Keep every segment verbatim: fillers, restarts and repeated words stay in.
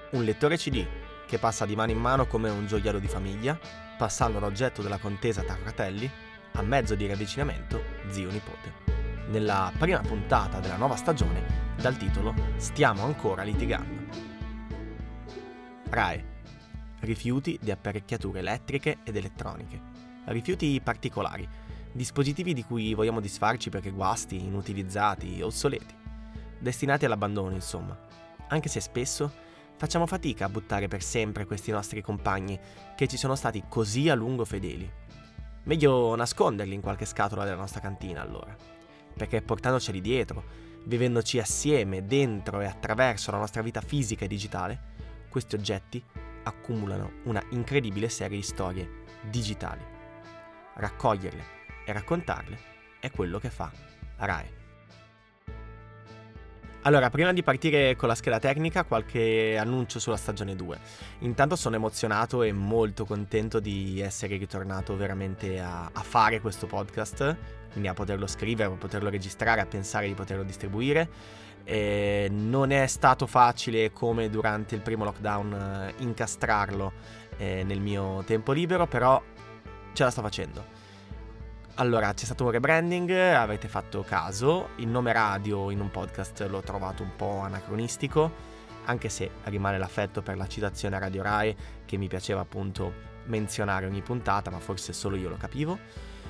Un lettore C D che passa di mano in mano come un gioiello di famiglia, passando l'oggetto della contesa tra fratelli, a mezzo di ravvicinamento zio-nipote. Nella prima puntata della nuova stagione, dal titolo Stiamo ancora litigando. R A E. Rifiuti di apparecchiature elettriche ed elettroniche. Rifiuti particolari, dispositivi di cui vogliamo disfarci perché guasti, inutilizzati, obsoleti. Destinati all'abbandono, insomma. Anche se spesso facciamo fatica a buttare per sempre questi nostri compagni che ci sono stati così a lungo fedeli. Meglio nasconderli in qualche scatola della nostra cantina, allora. Perché portandoceli dietro, vivendoci assieme, dentro e attraverso la nostra vita fisica e digitale, questi oggetti accumulano una incredibile serie di storie digitali. Raccoglierle e raccontarle è quello che fa R A E. Allora, prima di partire con la scheda tecnica, qualche annuncio sulla stagione due. Intanto sono emozionato e molto contento di essere ritornato veramente a, a fare questo podcast, quindi a poterlo scrivere, a poterlo registrare, a pensare di poterlo distribuire. E non è stato facile, come durante il primo lockdown, incastrarlo eh, nel mio tempo libero, però ce la sto facendo. Allora, c'è stato un rebranding, avete fatto caso, il nome radio in un podcast l'ho trovato un po' anacronistico, anche se rimane l'affetto per la citazione a Radio R A E, che mi piaceva appunto menzionare ogni puntata, ma forse solo io lo capivo.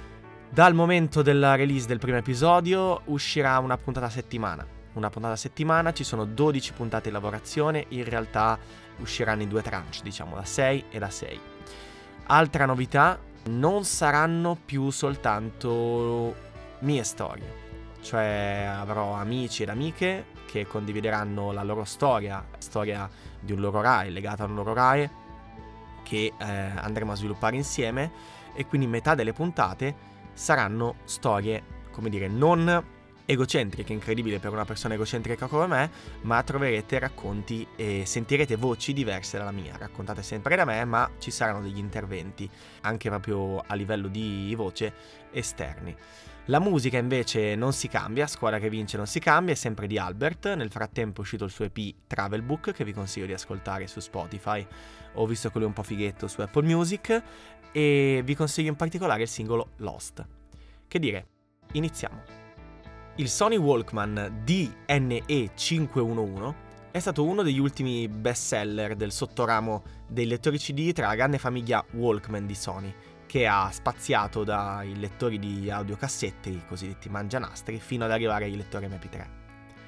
Dal momento della release del primo episodio uscirà una puntata a settimana. Una puntata a settimana, ci sono dodici puntate in lavorazione, in realtà usciranno in due tranche, diciamo da sei e da sei. Altra novità, non saranno più soltanto mie storie, cioè avrò amici ed amiche che condivideranno la loro storia, la storia di un loro R A E, legata a un loro R A E, che eh, andremo a sviluppare insieme, e quindi metà delle puntate saranno storie, come dire, non egocentriche, incredibile per una persona egocentrica come me, ma troverete racconti e sentirete voci diverse dalla mia, raccontate sempre da me, ma ci saranno degli interventi anche proprio a livello di voce esterni. La musica invece non si cambia, Squadra che vince non si cambia, è sempre di Albert. Nel frattempo è uscito il suo E P Travel Book, che vi consiglio di ascoltare su Spotify, ho visto che lui è un po' fighetto su Apple Music, e vi consiglio in particolare il singolo Lost. Che dire, iniziamo. Il Sony Walkman D N E cinquecentouno è stato uno degli ultimi best seller del sottoramo dei lettori C D tra la grande famiglia Walkman di Sony, che ha spaziato dai lettori di audiocassette, i cosiddetti mangianastri, fino ad arrivare ai lettori M P tre.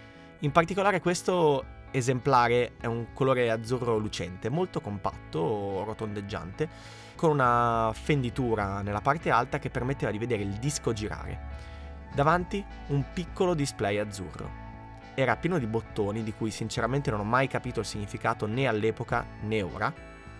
In particolare questo esemplare è un colore azzurro lucente, molto compatto, rotondeggiante, con una fenditura nella parte alta che permetteva di vedere il disco girare. Davanti un piccolo display azzurro. Era pieno di bottoni di cui sinceramente non ho mai capito il significato né all'epoca né ora.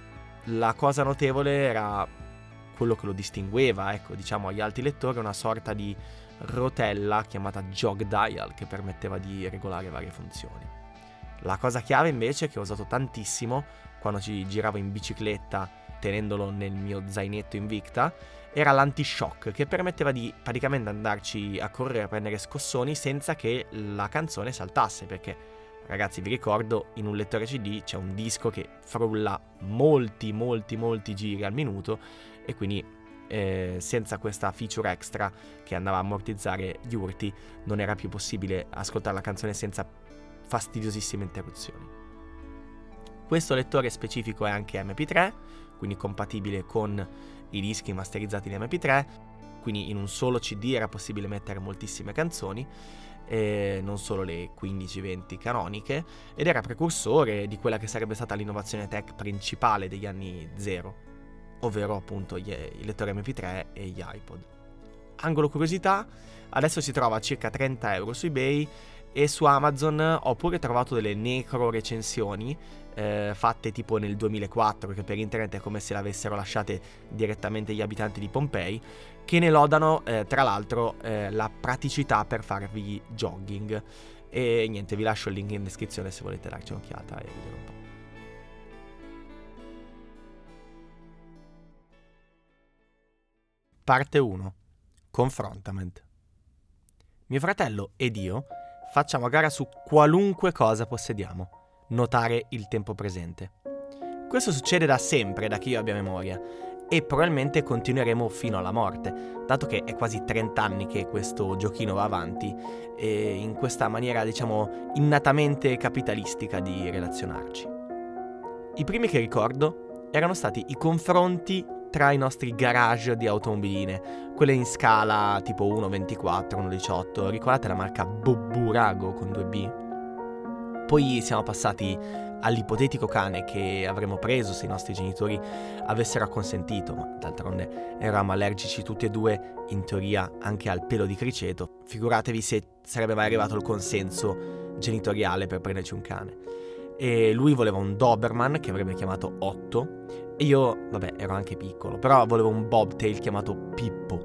La cosa notevole era quello che lo distingueva, ecco, diciamo agli altri lettori, una sorta di rotella chiamata jog dial che permetteva di regolare varie funzioni. La cosa chiave invece, che ho usato tantissimo quando ci giravo in bicicletta tenendolo nel mio zainetto Invicta, era l'anti-shock, che permetteva di praticamente andarci a correre a prendere scossoni senza che la canzone saltasse, perché ragazzi vi ricordo, in un lettore C D c'è un disco che frulla molti molti molti giri al minuto, e quindi eh, senza questa feature extra che andava a ammortizzare gli urti non era più possibile ascoltare la canzone senza fastidiosissime interruzioni. Questo lettore specifico è anche M P tre, quindi compatibile con i dischi masterizzati in M P tre, quindi in un solo C D era possibile mettere moltissime canzoni, eh, non solo le quindici venti canoniche, ed era precursore di quella che sarebbe stata l'innovazione tech principale degli anni zero, ovvero appunto gli, i lettori M P tre e gli iPod. Angolo curiosità, adesso si trova a circa trenta euro su eBay, e su Amazon ho pure trovato delle necro recensioni eh, fatte tipo nel duemilaquattro, che per internet è come se le avessero lasciate direttamente gli abitanti di Pompei, che ne lodano eh, tra l'altro eh, la praticità per farvi jogging. E niente, vi lascio il link in descrizione se volete darci un'occhiata e vedere un po'. Parte uno. Confrontament. Mio fratello ed io facciamo a gara su qualunque cosa possediamo. notare il tempo presente. Questo succede da sempre, da che io abbia memoria, e probabilmente continueremo fino alla morte, dato che è quasi trenta anni che questo giochino va avanti, e in questa maniera, diciamo, innatamente capitalistica di relazionarci. I primi che ricordo erano stati i confronti tra i nostri garage di automobiline, quelle in scala tipo uno ventiquattro, uno diciotto, ricordate la marca Bobburago con due B? Poi siamo passati all'ipotetico cane che avremmo preso se i nostri genitori avessero acconsentito, ma d'altronde eravamo allergici tutti e due, in teoria anche al pelo di criceto. Figuratevi se sarebbe mai arrivato il consenso genitoriale per prenderci un cane. E lui voleva un Doberman che avrebbe chiamato Otto, e io, vabbè, ero anche piccolo, però volevo un bobtail chiamato Pippo.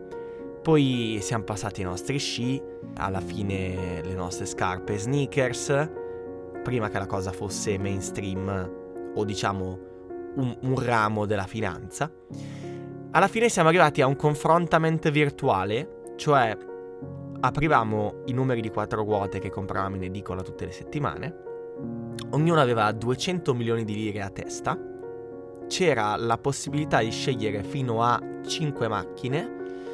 Poi siamo passati ai nostri sci, alla fine le nostre scarpe sneakers, prima che la cosa fosse mainstream o diciamo un, un ramo della finanza. Alla fine siamo arrivati a un confrontamento virtuale, cioè aprivamo i numeri di quattro ruote che compravamo in edicola tutte le settimane, ognuno aveva duecento milioni di lire a testa, c'era la possibilità di scegliere fino a cinque macchine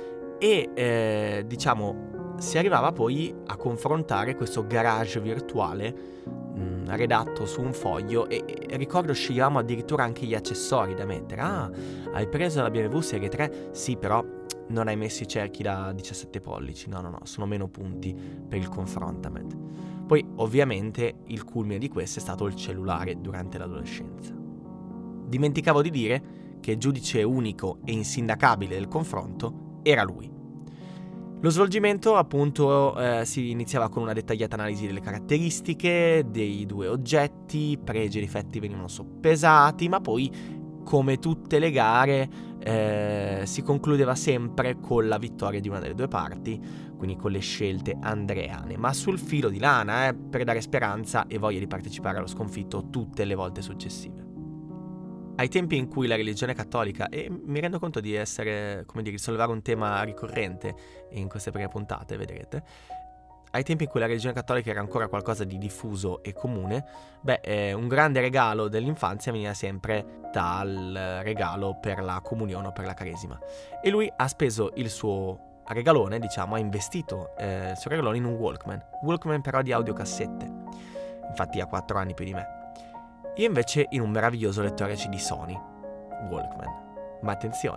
e eh, diciamo si arrivava poi a confrontare questo garage virtuale mh, redatto su un foglio e, e ricordo sceglievamo addirittura anche gli accessori da mettere. Ah, hai preso la B M W Serie tre? Sì, però non hai messo i cerchi da diciassette pollici. No, no, no, sono meno punti per il confrontament. Poi ovviamente il culmine di questo è stato il cellulare durante l'adolescenza. Dimenticavo di dire che il giudice unico e insindacabile del confronto era lui. Lo svolgimento appunto eh, si iniziava con una dettagliata analisi delle caratteristiche dei due oggetti, pregi e difetti venivano soppesati, ma poi come tutte le gare eh, si concludeva sempre con la vittoria di una delle due parti, quindi con le scelte andreane, ma sul filo di lana eh, per dare speranza e voglia di partecipare allo sconfitto tutte le volte successive. Ai tempi in cui la religione cattolica, e mi rendo conto di essere, come dire, risolvere un tema ricorrente in queste prime puntate, vedrete, ai tempi in cui la religione cattolica era ancora qualcosa di diffuso e comune, beh, eh, un grande regalo dell'infanzia veniva sempre dal regalo per la comunione o per la caresima. E lui ha speso il suo regalone, diciamo, ha investito eh, il suo regalone in un Walkman, Walkman però di audiocassette, infatti ha quattro anni più di me. Io invece in un meraviglioso lettore C D Sony, Walkman. Ma attenzione,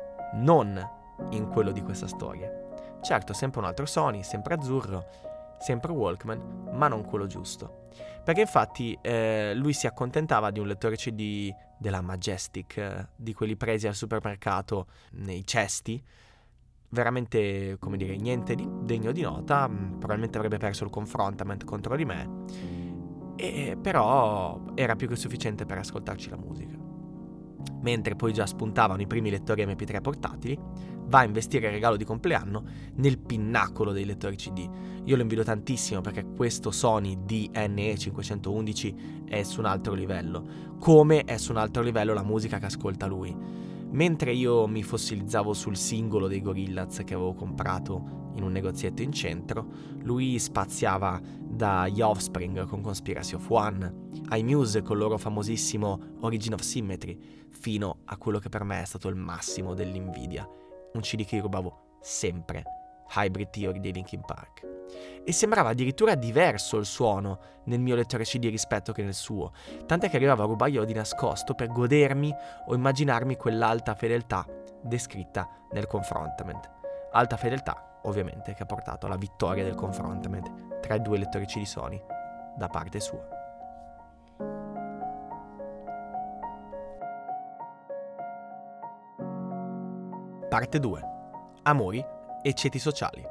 non in quello di questa storia. Certo, sempre un altro Sony, sempre azzurro, sempre Walkman, ma non quello giusto. Perché infatti eh, lui si accontentava di un lettore C D della Majestic, eh, di quelli presi al supermercato nei cesti, veramente, come dire, niente di degno di nota, probabilmente avrebbe perso il confrontament contro di me. E però era più che sufficiente per ascoltarci la musica. Mentre poi già spuntavano i primi lettori M P tre portatili, va a investire il regalo di compleanno nel pinnacolo dei lettori C D. Io lo invidio tantissimo perché questo Sony D N E cinquecentoundici è su un altro livello, come è su un altro livello la musica che ascolta lui. Mentre io mi fossilizzavo sul singolo dei Gorillaz che avevo comprato in un negozietto in centro, lui spaziava dagli Offspring con Conspiracy of One, ai Muse con il loro famosissimo Origin of Symmetry, fino a quello che per me è stato il massimo dell'invidia, un C D che io rubavo sempre, Hybrid Theory dei Linkin Park. E sembrava addirittura diverso il suono nel mio lettore C D rispetto che nel suo, tant'è che arrivavo a rubarglielo di nascosto per godermi o immaginarmi quell'alta fedeltà descritta nel confrontament. Alta fedeltà, ovviamente, che ha portato alla vittoria del confrontament tra i due lettori C D Sony da parte sua. Parte due. Amori e ceti sociali.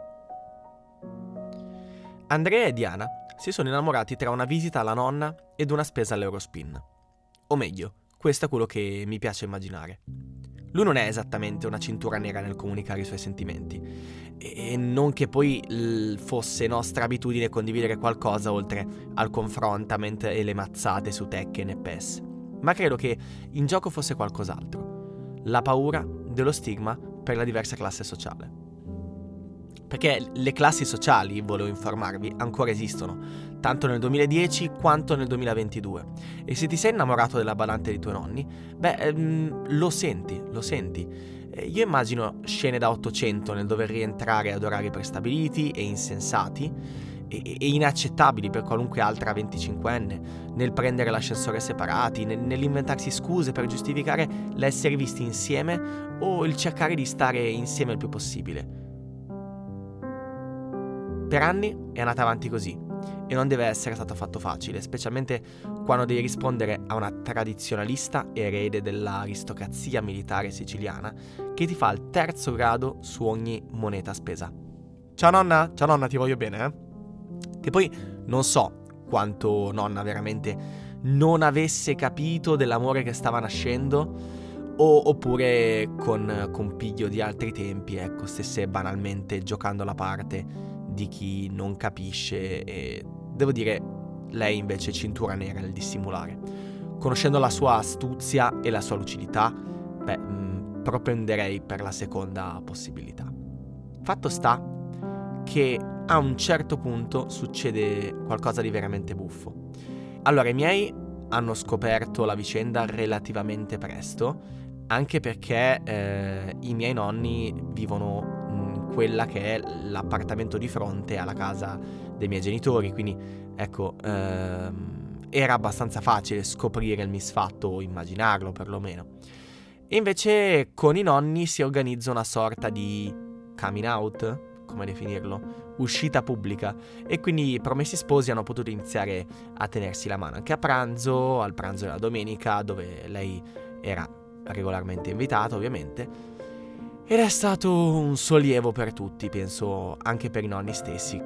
Andrea e Diana si sono innamorati tra una visita alla nonna ed una spesa all'Eurospin. O meglio, questo è quello che mi piace immaginare. Lui non è esattamente una cintura nera nel comunicare i suoi sentimenti, e non che poi l- fosse nostra abitudine condividere qualcosa oltre al confrontament e le mazzate su Tekken e P E S, ma credo che in gioco fosse qualcos'altro: la paura dello stigma per la diversa classe sociale. Perché le classi sociali, volevo informarvi, ancora esistono, tanto nel duemiladieci quanto nel duemilaventidue. E se ti sei innamorato della badante dei tuoi nonni, beh, ehm, lo senti, lo senti. Eh, io immagino scene da Ottocento nel dover rientrare ad orari prestabiliti e insensati e, e inaccettabili per qualunque altra venticinquenne, nel prendere l'ascensore separati, nel, nell'inventarsi scuse per giustificare l'essere visti insieme o il cercare di stare insieme il più possibile. Per anni è andata avanti così e non deve essere stato affatto facile, specialmente quando devi rispondere a una tradizionalista erede dell'aristocrazia militare siciliana che ti fa il terzo grado su ogni moneta spesa. Ciao nonna, ciao nonna, ti voglio bene, eh? Che poi non so quanto nonna veramente non avesse capito dell'amore che stava nascendo o, oppure con compiglio di altri tempi, ecco, stesse banalmente giocando la parte di chi non capisce e devo dire lei invece è cintura nera nel dissimulare. Conoscendo la sua astuzia e la sua lucidità, beh, mh, propenderei per la seconda possibilità. Fatto sta che a un certo punto succede qualcosa di veramente buffo. Allora, i miei hanno scoperto la vicenda relativamente presto, anche perché eh, i miei nonni vivono quella che è l'appartamento di fronte alla casa dei miei genitori, quindi ecco, ehm, era abbastanza facile scoprire il misfatto o immaginarlo perlomeno. E invece con i nonni si organizza una sorta di coming out, come definirlo, uscita pubblica, e quindi i promessi sposi hanno potuto iniziare a tenersi la mano anche a pranzo, al pranzo della domenica, dove lei era regolarmente invitata ovviamente. Ed è stato un sollievo per tutti, penso anche per i nonni stessi,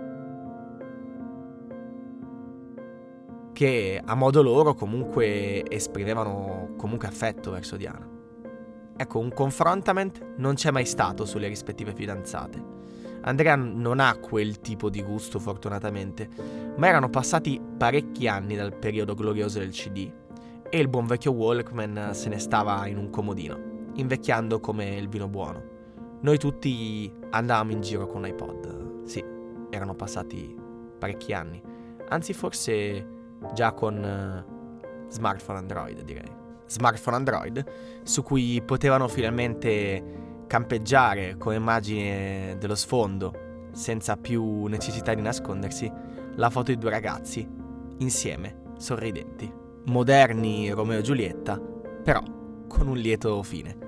che a modo loro comunque esprimevano comunque affetto verso Diana. Ecco, un confrontament non c'è mai stato sulle rispettive fidanzate. Andrea non ha quel tipo di gusto fortunatamente, ma erano passati parecchi anni dal periodo glorioso del C D e il buon vecchio Walkman se ne stava in un comodino, invecchiando come il vino buono. Noi tutti andavamo in giro con l'iPod, sì, erano passati parecchi anni, anzi forse già con uh, smartphone Android direi. Smartphone Android su cui potevano finalmente campeggiare come immagine dello sfondo, senza più necessità di nascondersi, la foto di due ragazzi, insieme, sorridenti, moderni Romeo e Giulietta, però con un lieto fine.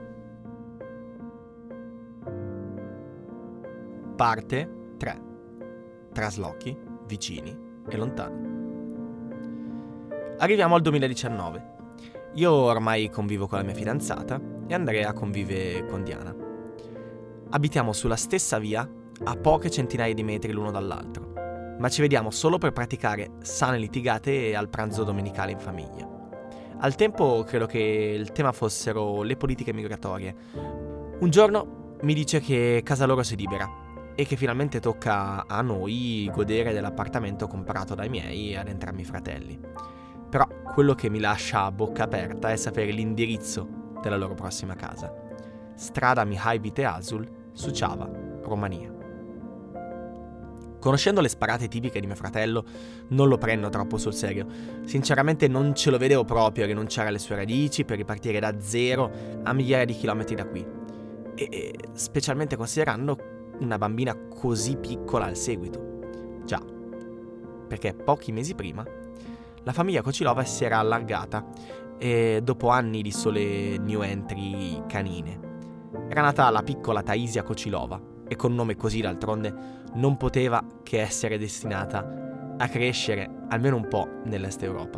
Parte tre. Traslochi, vicini e lontani. Arriviamo al duemiladiciannove. Io ormai convivo con la mia fidanzata e Andrea convive con Diana. Abitiamo sulla stessa via, a poche centinaia di metri l'uno dall'altro, ma ci vediamo solo per praticare sane litigate al pranzo domenicale in famiglia. Al tempo credo che il tema fossero le politiche migratorie. Un giorno mi dice che casa loro si libera e che finalmente tocca a noi godere dell'appartamento comprato dai miei e ad entrambi i fratelli. Però quello che mi lascia a bocca aperta è sapere l'indirizzo della loro prossima casa. Strada Mihai Vite Azul, Suceava, Romania. Conoscendo le sparate tipiche di mio fratello, non lo prendo troppo sul serio. Sinceramente non ce lo vedevo proprio a rinunciare alle sue radici per ripartire da zero a migliaia di chilometri da qui. E, e specialmente considerando una bambina così piccola al seguito. Già, perché pochi mesi prima la famiglia Kocilova si era allargata e dopo anni di sole new entry canine. Era nata la piccola Taisia Kocilova e con un nome così d'altronde non poteva che essere destinata a crescere almeno un po' nell'est Europa.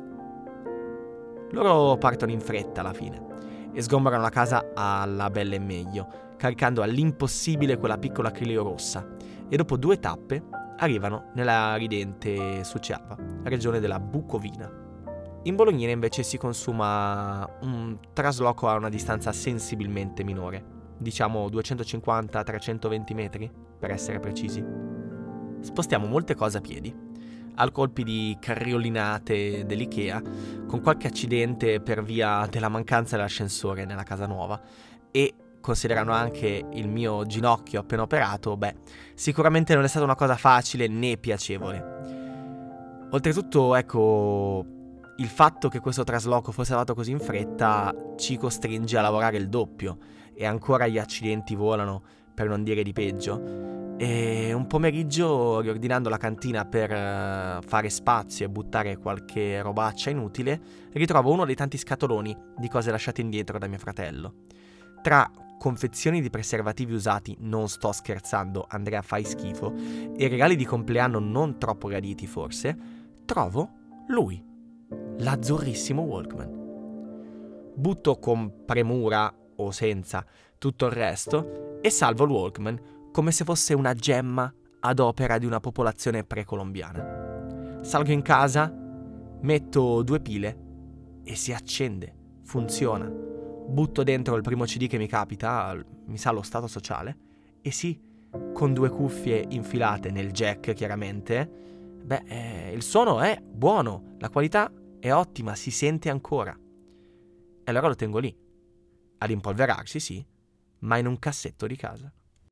Loro partono in fretta alla fine e sgombrano la casa alla bella e meglio, caricando all'impossibile quella piccola Clio rossa, e dopo due tappe arrivano nella ridente Suceava, regione della Bucovina. In Bolognina invece si consuma un trasloco a una distanza sensibilmente minore, diciamo duecentocinquanta trecentoventi metri per essere precisi. Spostiamo molte cose a piedi, al colpi di carriolinate dell'Ikea, con qualche accidente per via della mancanza dell'ascensore nella casa nuova, e considerando anche il mio ginocchio appena operato, beh, sicuramente non è stata una cosa facile né piacevole. Oltretutto, ecco, il fatto che questo trasloco fosse fatto così in fretta ci costringe a lavorare il doppio e ancora gli accidenti volano, per non dire di peggio. E un pomeriggio, riordinando la cantina per uh, fare spazio e buttare qualche robaccia inutile, ritrovo uno dei tanti scatoloni di cose lasciate indietro da mio fratello. Tra confezioni di preservativi usati, non sto scherzando, Andrea fai schifo, e regali di compleanno non troppo graditi forse, trovo lui, l'azzurrissimo Walkman. Butto con premura o senza tutto il resto e salvo il Walkman come se fosse una gemma ad opera di una popolazione precolombiana. Salgo in casa, metto due pile e si accende, funziona. Butto dentro il primo C D che mi capita, mi sa lo stato sociale, e sì, con due cuffie infilate nel jack chiaramente, beh, eh, il suono è buono, la qualità è ottima, si sente ancora. E allora lo tengo lì, ad impolverarsi sì, ma in un cassetto di casa.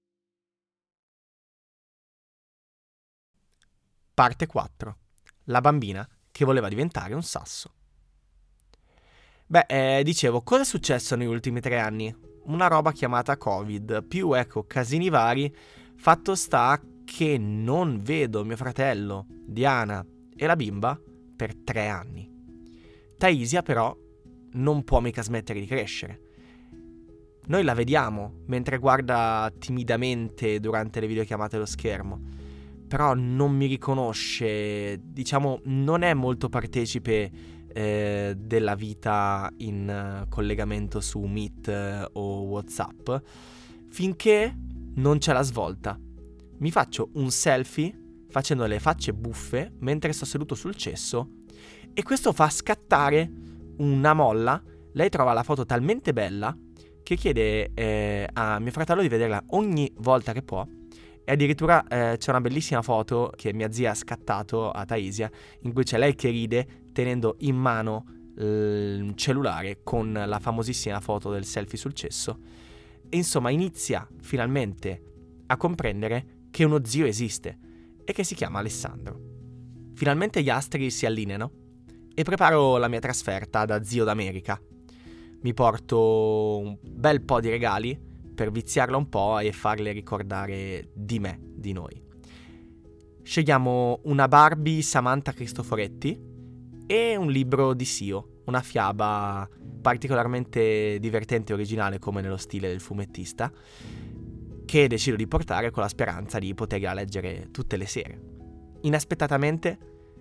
Parte quattro. La bambina che voleva diventare un sasso. Beh, eh, dicevo, cosa è successo negli ultimi tre anni? Una roba chiamata Covid, più ecco, casini vari. Fatto sta che non vedo mio fratello, Diana e la bimba per tre anni. Taisia però non può mica smettere di crescere. Noi la vediamo mentre guarda timidamente durante le videochiamate allo schermo, però non mi riconosce, diciamo, non è molto partecipe eh, della vita in uh, collegamento su Meet eh, o WhatsApp, finché non c'è la svolta. Mi faccio un selfie facendo le facce buffe mentre sto seduto sul cesso e questo fa scattare una molla. Lei trova la foto talmente bella che chiede eh, a mio fratello di vederla ogni volta che può. E addirittura eh, c'è una bellissima foto che mia zia ha scattato a Taisia, in cui c'è lei che ride tenendo in mano il cellulare con la famosissima foto del selfie sul cesso. E insomma inizia finalmente a comprendere che uno zio esiste e che si chiama Alessandro. Finalmente gli astri si allineano e preparo la mia trasferta da zio d'America. Mi porto un bel po' di regali per viziarla un po' e farle ricordare di me, di noi. Scegliamo una Barbie Samantha Cristoforetti e un libro di Sio, una fiaba particolarmente divertente e originale come nello stile del fumettista, che decido di portare con la speranza di poterla leggere tutte le sere. Inaspettatamente,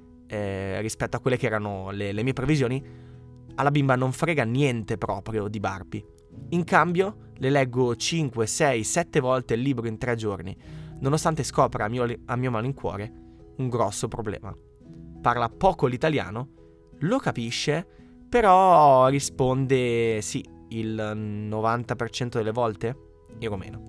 eh, rispetto a quelle che erano le, le mie previsioni, alla bimba non frega niente proprio di Barbie. In cambio le leggo cinque, sei, sette volte il libro in tre giorni, nonostante scopra a mio, a mio malincuore un grosso problema. Parla poco l'italiano, lo capisce, però risponde sì il novanta per cento delle volte in romeno.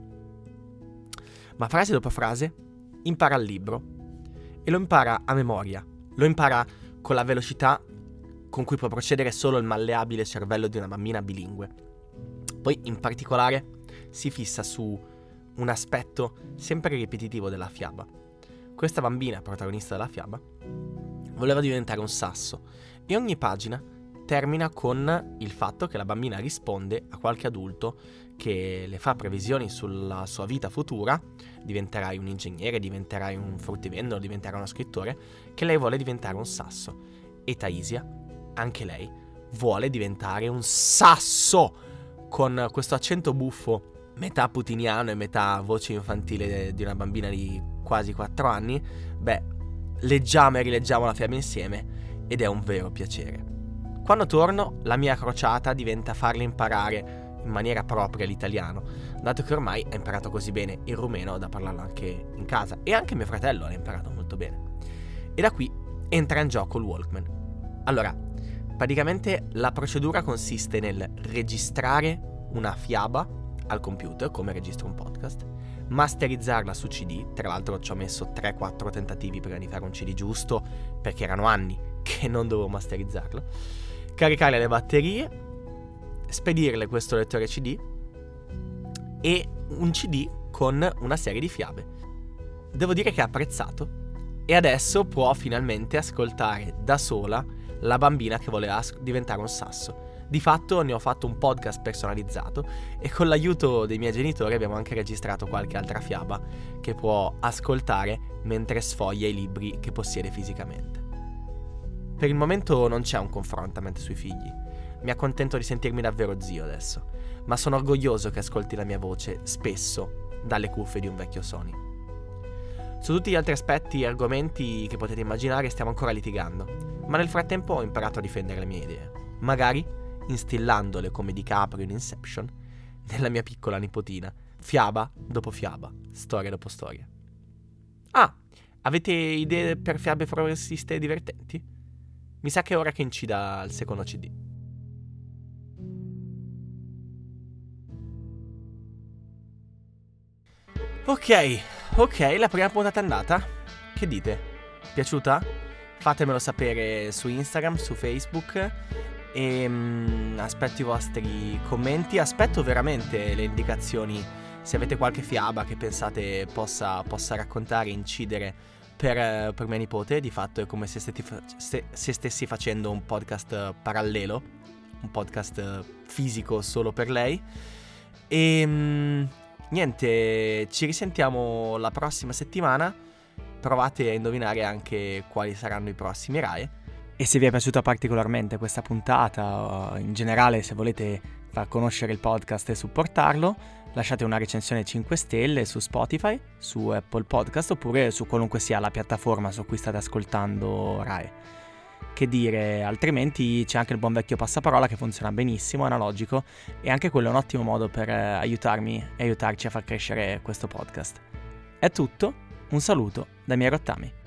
Ma frase dopo frase impara il libro e lo impara a memoria, lo impara con la velocità con cui può procedere solo il malleabile cervello di una bambina bilingue. Poi in particolare si fissa su un aspetto sempre ripetitivo della fiaba. Questa bambina, protagonista della fiaba, voleva diventare un sasso e ogni pagina termina con il fatto che la bambina risponde a qualche adulto che le fa previsioni sulla sua vita futura. Diventerai un ingegnere, diventerai un fruttivendolo, diventerai uno scrittore, che lei vuole diventare un sasso. E Taisia, anche lei, vuole diventare un sasso, con questo accento buffo, metà putiniano e metà voce infantile di una bambina di quasi quattro anni. Beh, leggiamo e rileggiamo la fiaba insieme ed è un vero piacere. Quando torno, la mia crociata diventa farle imparare in maniera propria l'italiano, dato che ormai ha imparato così bene il rumeno da parlarlo anche in casa, e anche mio fratello l'ha imparato molto bene. E da qui entra in gioco il Walkman. Allora, praticamente la procedura consiste nel registrare una fiaba al computer, come registro un podcast, masterizzarla su C D. Tra l'altro ci ho messo tre quattro tentativi prima di fare un C D giusto, perché erano anni che non dovevo masterizzarlo. Caricarle le batterie, spedirle questo lettore C D e un C D con una serie di fiabe. Devo dire che ha apprezzato e adesso può finalmente ascoltare da sola la bambina che voleva diventare un sasso. Di fatto ne ho fatto un podcast personalizzato e con l'aiuto dei miei genitori abbiamo anche registrato qualche altra fiaba che può ascoltare mentre sfoglia i libri che possiede fisicamente. Per il momento non c'è un confrontamento sui figli. Mi accontento di sentirmi davvero zio adesso, ma sono orgoglioso che ascolti la mia voce spesso dalle cuffie di un vecchio Sony. Su tutti gli altri aspetti e argomenti che potete immaginare stiamo ancora litigando, ma nel frattempo ho imparato a difendere le mie idee, magari instillandole come DiCaprio in Inception nella mia piccola nipotina, fiaba dopo fiaba, storia dopo storia. Ah, avete idee per fiabe progressiste divertenti? Mi sa che è ora che incida il secondo C D. Ok, ok, la prima puntata è andata. Che dite? Piaciuta? Fatemelo sapere su Instagram, su Facebook. E um, aspetto i vostri commenti. Aspetto veramente le indicazioni. Se avete qualche fiaba che pensate possa, possa raccontare, incidere per, per mia nipote. Di fatto è come se, stessi, se, se stessi facendo un podcast parallelo, un podcast fisico solo per lei. E um, niente, ci risentiamo la prossima settimana. Provate a indovinare anche quali saranno i prossimi R A E. E se vi è piaciuta particolarmente questa puntata, o in generale se volete far conoscere il podcast e supportarlo, lasciate una recensione cinque stelle su Spotify, su Apple Podcast oppure su qualunque sia la piattaforma su cui state ascoltando R A E. Che dire, altrimenti c'è anche il buon vecchio passaparola che funziona benissimo, analogico, e anche quello è un ottimo modo per aiutarmi e aiutarci a far crescere questo podcast. È tutto, un saluto da Miei Rottami.